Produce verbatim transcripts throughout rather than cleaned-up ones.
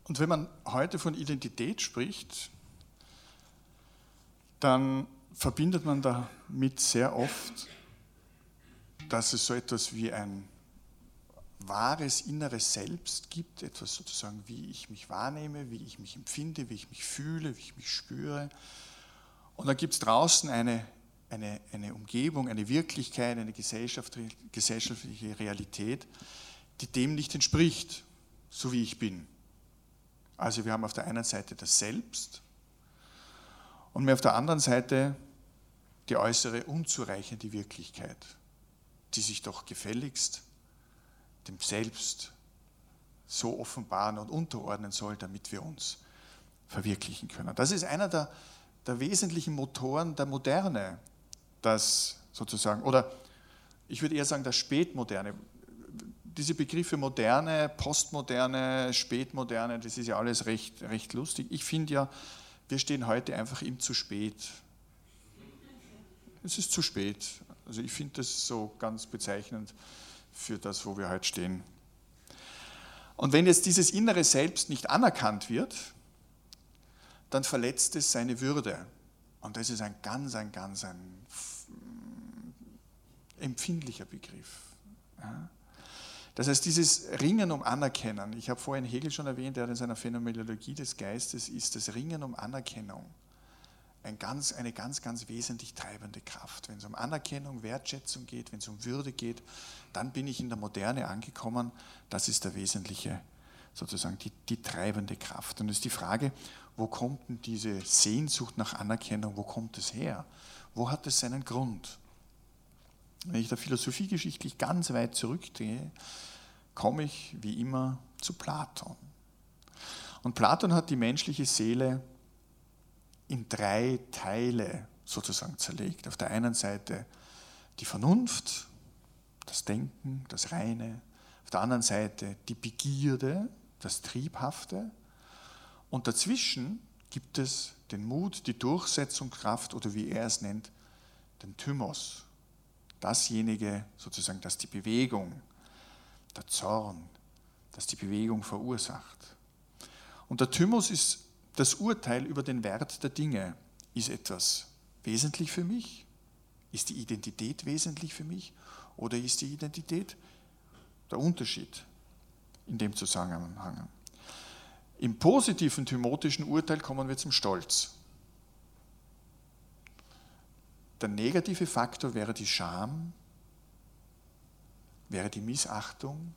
Und wenn man heute von Identität spricht, dann verbindet man damit sehr oft, dass es so etwas wie ein wahres inneres Selbst gibt, etwas sozusagen, wie ich mich wahrnehme, wie ich mich empfinde, wie ich mich fühle, wie ich mich spüre. Und dann gibt es draußen eine, eine, eine Umgebung, eine Wirklichkeit, eine gesellschaftliche Realität, die dem nicht entspricht, so wie ich bin. Also wir haben auf der einen Seite das Selbst und wir auf der anderen Seite die äußere unzureichende Wirklichkeit, die sich doch gefälligst dem Selbst so offenbaren und unterordnen soll, damit wir uns verwirklichen können. Das ist einer der, der wesentlichen Motoren der Moderne, das sozusagen, oder ich würde eher sagen, das Spätmoderne. Diese Begriffe Moderne, Postmoderne, Spätmoderne, das ist ja alles recht, recht lustig. Ich finde ja, wir stehen heute einfach im zu spät. Es ist zu spät. Also ich finde das so ganz bezeichnend für das, wo wir heute stehen. Und wenn jetzt dieses innere Selbst nicht anerkannt wird, dann verletzt es seine Würde. Und das ist ein ganz, ein ganz ein empfindlicher Begriff. Ja. Das heißt, dieses Ringen um Anerkennen, ich habe vorhin Hegel schon erwähnt, der hat in seiner Phänomenologie des Geistes, ist das Ringen um Anerkennung ein ganz, eine ganz, ganz wesentlich treibende Kraft. Wenn es um Anerkennung, Wertschätzung geht, wenn es um Würde geht, dann bin ich in der Moderne angekommen. Das ist der wesentliche, sozusagen die, die treibende Kraft. Und es ist die Frage, wo kommt denn diese Sehnsucht nach Anerkennung, wo kommt es her? Wo hat es seinen Grund? Wenn ich da philosophiegeschichtlich ganz weit zurückgehe, komme ich wie immer zu Platon. Und Platon hat die menschliche Seele in drei Teile sozusagen zerlegt. Auf der einen Seite die Vernunft, das Denken, das Reine. Auf der anderen Seite die Begierde, das Triebhafte. Und dazwischen gibt es den Mut, die Durchsetzungskraft oder wie er es nennt, den Thymos. Dasjenige sozusagen, das die Bewegung, der Zorn, das die Bewegung verursacht. Und der Thymos ist das Urteil über den Wert der Dinge. Ist etwas wesentlich für mich? Ist die Identität wesentlich für mich? Oder ist die Identität der Unterschied in dem Zusammenhang? Im positiven thymotischen Urteil kommen wir zum Stolz. Der negative Faktor wäre die Scham, wäre die Missachtung,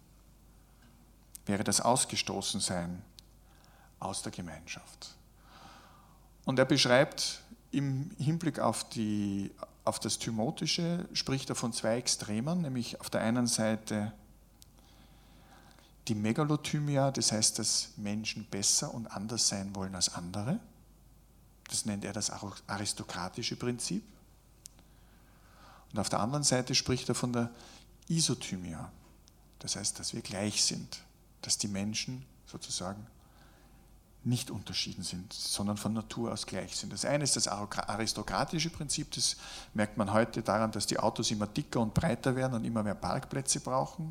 wäre das Ausgestoßensein aus der Gemeinschaft. Und er beschreibt im Hinblick auf, die, auf das Thymotische, spricht er von zwei Extremen, nämlich auf der einen Seite die Megalothymia, das heißt, dass Menschen besser und anders sein wollen als andere. Das nennt er das aristokratische Prinzip. Und auf der anderen Seite spricht er von der Isothymia, das heißt, dass wir gleich sind, dass die Menschen sozusagen nicht unterschieden sind, sondern von Natur aus gleich sind. Das eine ist das aristokratische Prinzip, das merkt man heute daran, dass die Autos immer dicker und breiter werden und immer mehr Parkplätze brauchen.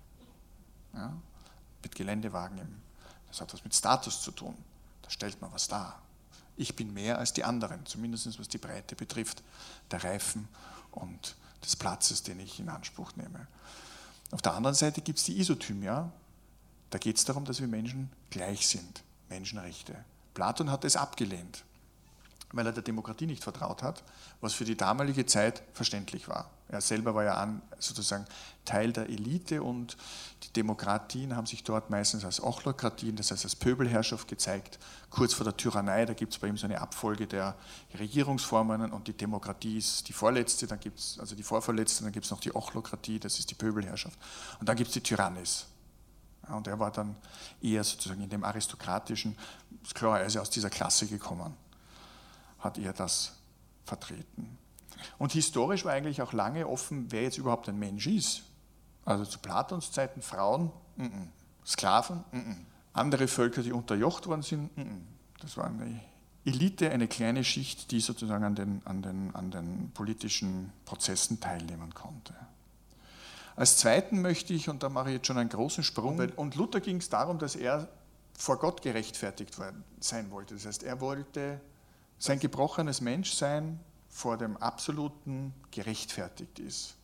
Ja, mit Geländewagen, das hat was mit Status zu tun, da stellt man was dar. Ich bin mehr als die anderen, zumindest was die Breite betrifft, der Reifen und des Platzes, den ich in Anspruch nehme. Auf der anderen Seite gibt es die Isothymia, da geht es darum, dass wir Menschen gleich sind. Menschenrechte. Platon hat es abgelehnt, weil er der Demokratie nicht vertraut hat, was für die damalige Zeit verständlich war. Er selber war ja an, sozusagen Teil der Elite und die Demokratien haben sich dort meistens als Ochlokratien, das heißt als Pöbelherrschaft gezeigt. Kurz vor der Tyrannei, da gibt es bei ihm so eine Abfolge der Regierungsformen und die Demokratie ist die vorletzte, dann gibt es also die vorvorletzte, dann gibt es noch die Ochlokratie, das ist die Pöbelherrschaft. Und dann gibt es die Tyrannis. Und er war dann eher sozusagen in dem aristokratischen, ist klar, er ist ja aus dieser Klasse gekommen, hat er das vertreten. Und historisch war eigentlich auch lange offen, wer jetzt überhaupt ein Mensch ist. Also zu Platons Zeiten Frauen, n-n. Sklaven, n-n. Andere Völker, die unterjocht worden sind, n-n. Das war eine Elite, eine kleine Schicht, die sozusagen an den, an den, an den politischen Prozessen teilnehmen konnte. Als Zweiten möchte ich, und da mache ich jetzt schon einen großen Sprung, und Luther ging es darum, dass er vor Gott gerechtfertigt sein wollte. Das heißt, er wollte sein gebrochenes Menschsein vor dem Absoluten gerechtfertigt ist.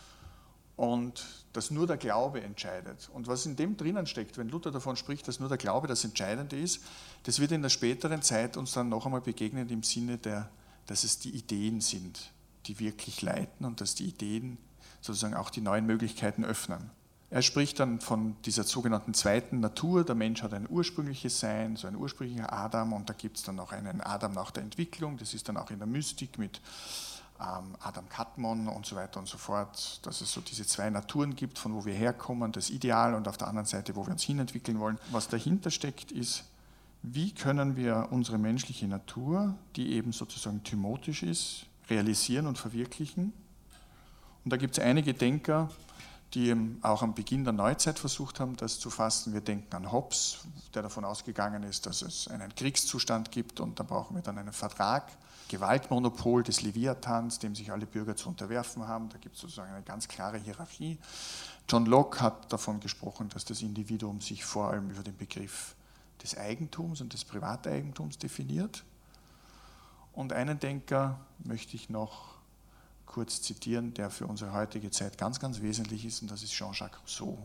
Und dass nur der Glaube entscheidet. Und was in dem drinnen steckt, wenn Luther davon spricht, dass nur der Glaube das Entscheidende ist, das wird in der späteren Zeit uns dann noch einmal begegnen im Sinne, der, dass es die Ideen sind, die wirklich leiten und dass die Ideen sozusagen auch die neuen Möglichkeiten öffnen. Er spricht dann von dieser sogenannten zweiten Natur. Der Mensch hat ein ursprüngliches Sein, so ein ursprünglicher Adam, und da gibt es dann noch einen Adam nach der Entwicklung. Das ist dann auch in der Mystik mit Adam Kadmon und so weiter und so fort, dass es so diese zwei Naturen gibt, von wo wir herkommen, das Ideal, und auf der anderen Seite, wo wir uns hinentwickeln wollen. Was dahinter steckt, ist, wie können wir unsere menschliche Natur, die eben sozusagen thymotisch ist, realisieren und verwirklichen. Und da gibt es einige Denker, die eben auch am Beginn der Neuzeit versucht haben, das zu fassen. Wir denken an Hobbes, der davon ausgegangen ist, dass es einen Kriegszustand gibt und da brauchen wir dann einen Vertrag. Gewaltmonopol des Leviathans, dem sich alle Bürger zu unterwerfen haben. Da gibt es sozusagen eine ganz klare Hierarchie. John Locke hat davon gesprochen, dass das Individuum sich vor allem über den Begriff des Eigentums und des Privateigentums definiert. Und einen Denker möchte ich noch kurz zitieren, der für unsere heutige Zeit ganz, ganz wesentlich ist, und das ist Jean-Jacques Rousseau.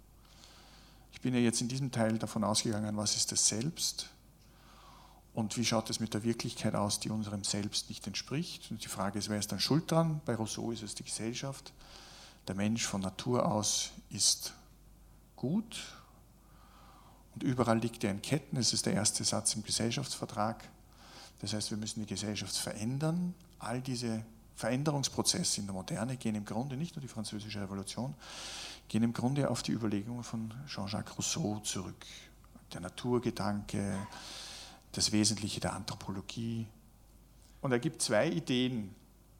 Ich bin ja jetzt in diesem Teil davon ausgegangen, was ist das Selbst? Und wie schaut es mit der Wirklichkeit aus, die unserem Selbst nicht entspricht? Und die Frage ist, wer ist dann schuld dran? Bei Rousseau ist es die Gesellschaft. Der Mensch von Natur aus ist gut und überall liegt er in Ketten. Das ist der erste Satz im Gesellschaftsvertrag. Das heißt, wir müssen die Gesellschaft verändern. All diese Veränderungsprozesse in der Moderne gehen im Grunde, nicht nur die Französische Revolution, gehen im Grunde auf die Überlegungen von Jean-Jacques Rousseau zurück. Der Naturgedanke, das Wesentliche der Anthropologie. Und er gibt zwei Ideen,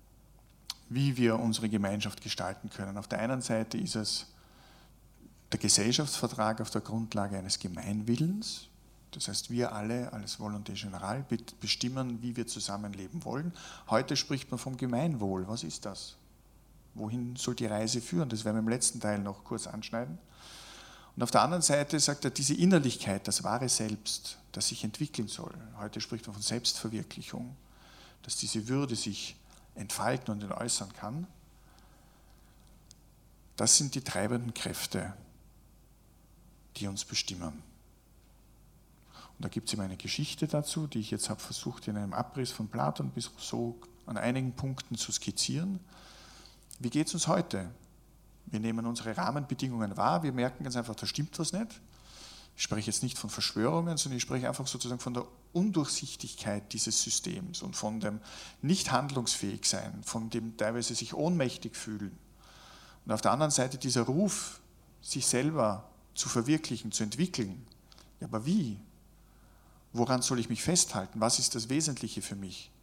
wie wir unsere Gemeinschaft gestalten können. Auf der einen Seite ist es der Gesellschaftsvertrag auf der Grundlage eines Gemeinwillens. Das heißt, wir alle als Volonté Générale bestimmen, wie wir zusammenleben wollen. Heute spricht man vom Gemeinwohl. Was ist das? Wohin soll die Reise führen? Das werden wir im letzten Teil noch kurz anschneiden. Und auf der anderen Seite sagt er, diese Innerlichkeit, das wahre Selbst, das sich entwickeln soll. Heute spricht man von Selbstverwirklichung, dass diese Würde sich entfalten und äußern kann. Das sind die treibenden Kräfte, die uns bestimmen. Und da gibt es immer eine Geschichte dazu, die ich jetzt habe versucht, in einem Abriss von Platon bis Rousseau an einigen Punkten zu skizzieren. Wie geht es uns heute? Wir nehmen unsere Rahmenbedingungen wahr, wir merken ganz einfach, da stimmt was nicht. Ich spreche jetzt nicht von Verschwörungen, sondern ich spreche einfach sozusagen von der Undurchsichtigkeit dieses Systems und von dem Nicht-Handlungsfähigsein, von dem teilweise sich ohnmächtig fühlen. Und auf der anderen Seite dieser Ruf, sich selber zu verwirklichen, zu entwickeln. Ja, aber wie? Woran soll ich mich festhalten? Was ist das Wesentliche für mich?